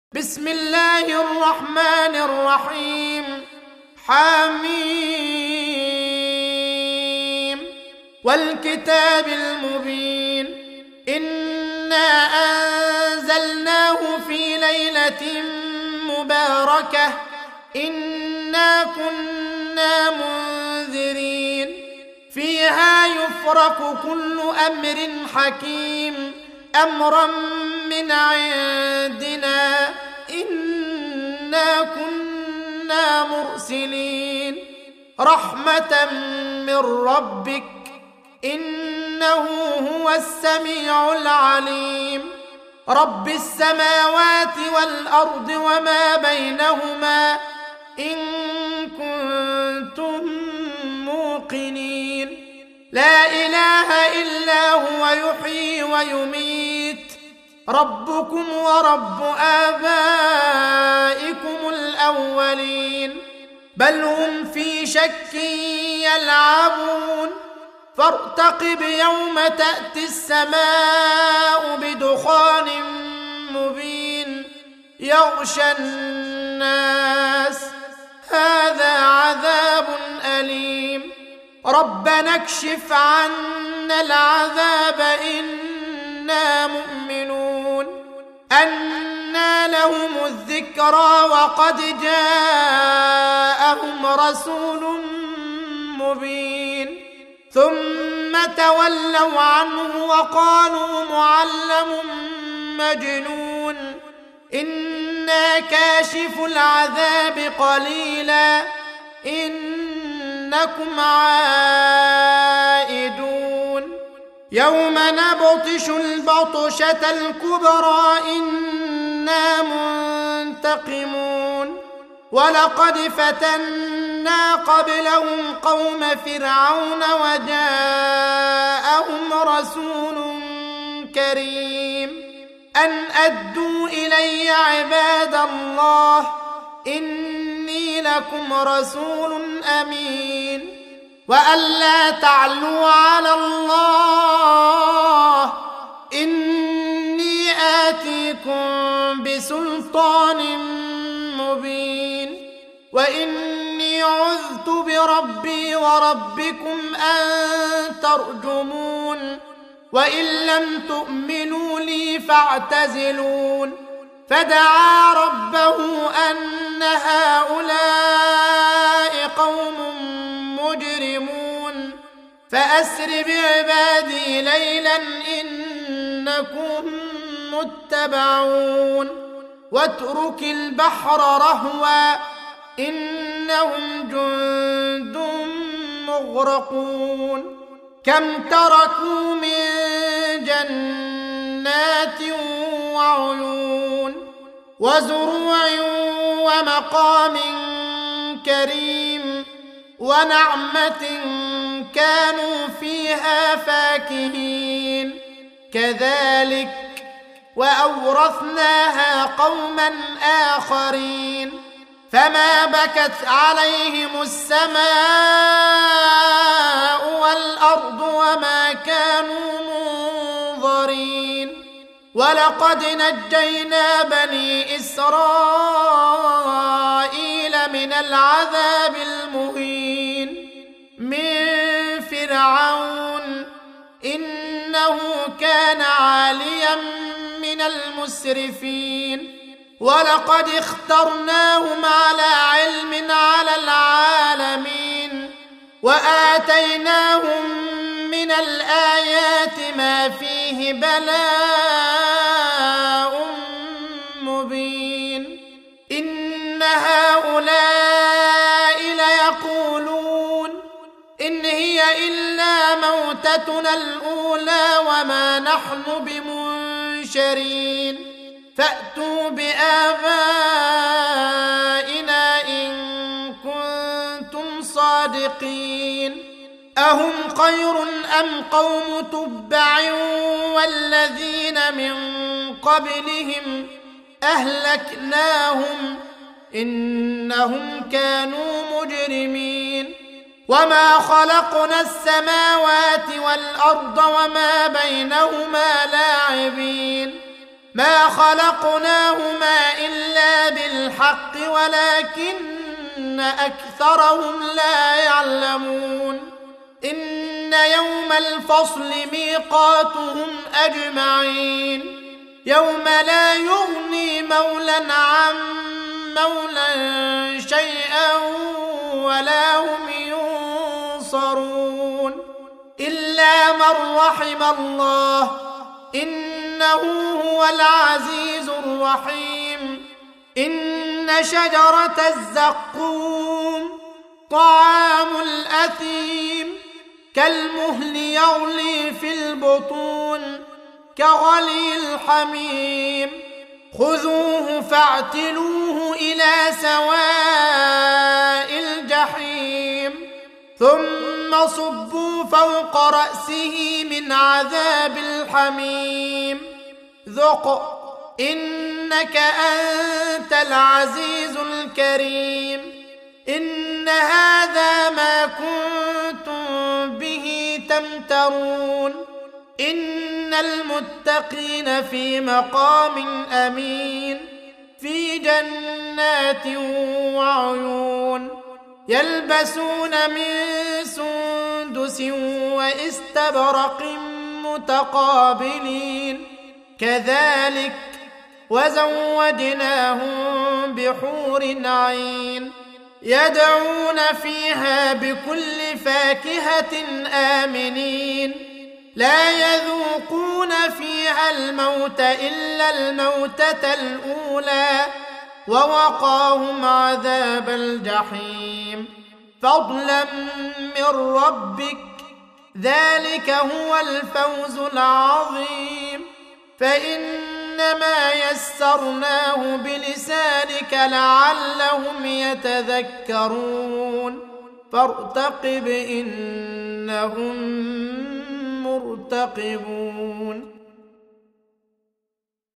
بسم الله الرحمن الرحيم. حميم والكتاب المبين. إنا أنزلناه في ليلة مباركة إنا كنا منذرين فيها يفرق كل أمر حكيم أمرا من عندنا إنا كنا مرسلين رحمة من ربك إنه هو السميع العليم رب السماوات والأرض وما بينهما إن كنتم موقنين لا إله إلا هو يحيي ويميت ربكم ورب آبائكم الأولين بل هم في شك يلعبون فارتقب يوم تأتي السماء بدخان مبين يغشى الناس هذا عذاب أليم ربنا اكشف عنا العذاب إنا مؤمنون أنى لهم الذكرى وقد جاءهم رسول مبين ثم تولوا عنه وقالوا معلم مجنون إنا كاشف العذاب قليلا إنكم عائدون يوم نبطش البطشة الكبرى إنا منتقمون ولقد فتنا قبلهم قوم فرعون وجاءهم رسول كريم أن أدوا إلي عباد الله إني لكم رسول أمين وأن لا تعلوا على الله إني آتيكم بسلطان مبين وإني عذت بربي وربكم أن ترجمون وإن لم تؤمنوا لي فاعتزلون فدعا ربه أن هؤلاء قوم مجرمون فأسر بعبادي ليلا إنكم متبعون واترك البحر رهوا إنهم جند مغرقون كم تركوا من جنات وعيون وزروع ومقام كريم ونعمة كانوا فيها فاكهين كذلك وأورثناها قوما آخرين فما بكت عليهم السماء والأرض وما كانوا منظرين ولقد نجينا بني إسرائيل من العذاب المهين من فرعون إنه كان عاليا من المسرفين ولقد اخترناهم على علم على العالمين وآتيناهم من الآيات ما فيه بلاء مبين إن هؤلاء ليقولون إن هي إلا موتتنا الأولى وما نحن بمنشرين فأتوا بآبائنا إن كنتم صادقين أهم خير أم قوم تبع والذين من قبلهم أهلكناهم إنهم كانوا مجرمين وما خلقنا السماوات والأرض وما بينهما لاعبين ما خلقناهما إلا بالحق ولكن أكثرهم لا يعلمون إن يوم الفصل ميقاتهم أجمعين يوم لا يغني مولى عن مولى شيئا ولا هم ينصرون إلا من رحم الله إنه هو العزيز الرحيم إن شجرة الزقوم طعام الأثيم كالمهل يغلي في البطون كغلي الحميم خذوه فاعتلوه إلى سواء الجحيم ثم صبوا فوق رأسه من عذاب الحميم ذق إنك أنت العزيز الكريم إن هذا ما كنتم به تمترون إن المتقين في مقام أمين في جنات وعيون يلبسون من سندس واستبرق متقابلين كذلك وزوجناهم بحور عين يدعون فيها بكل فاكهة آمنين لا يذوقون فيها الموت إلا الموتة الأولى ووقاهم عذاب الجحيم فضلا من ربك ذلك هو الفوز العظيم فإنما يسرناه بلسانك لعلهم يتذكرون فارتقب إنهم مرتقبون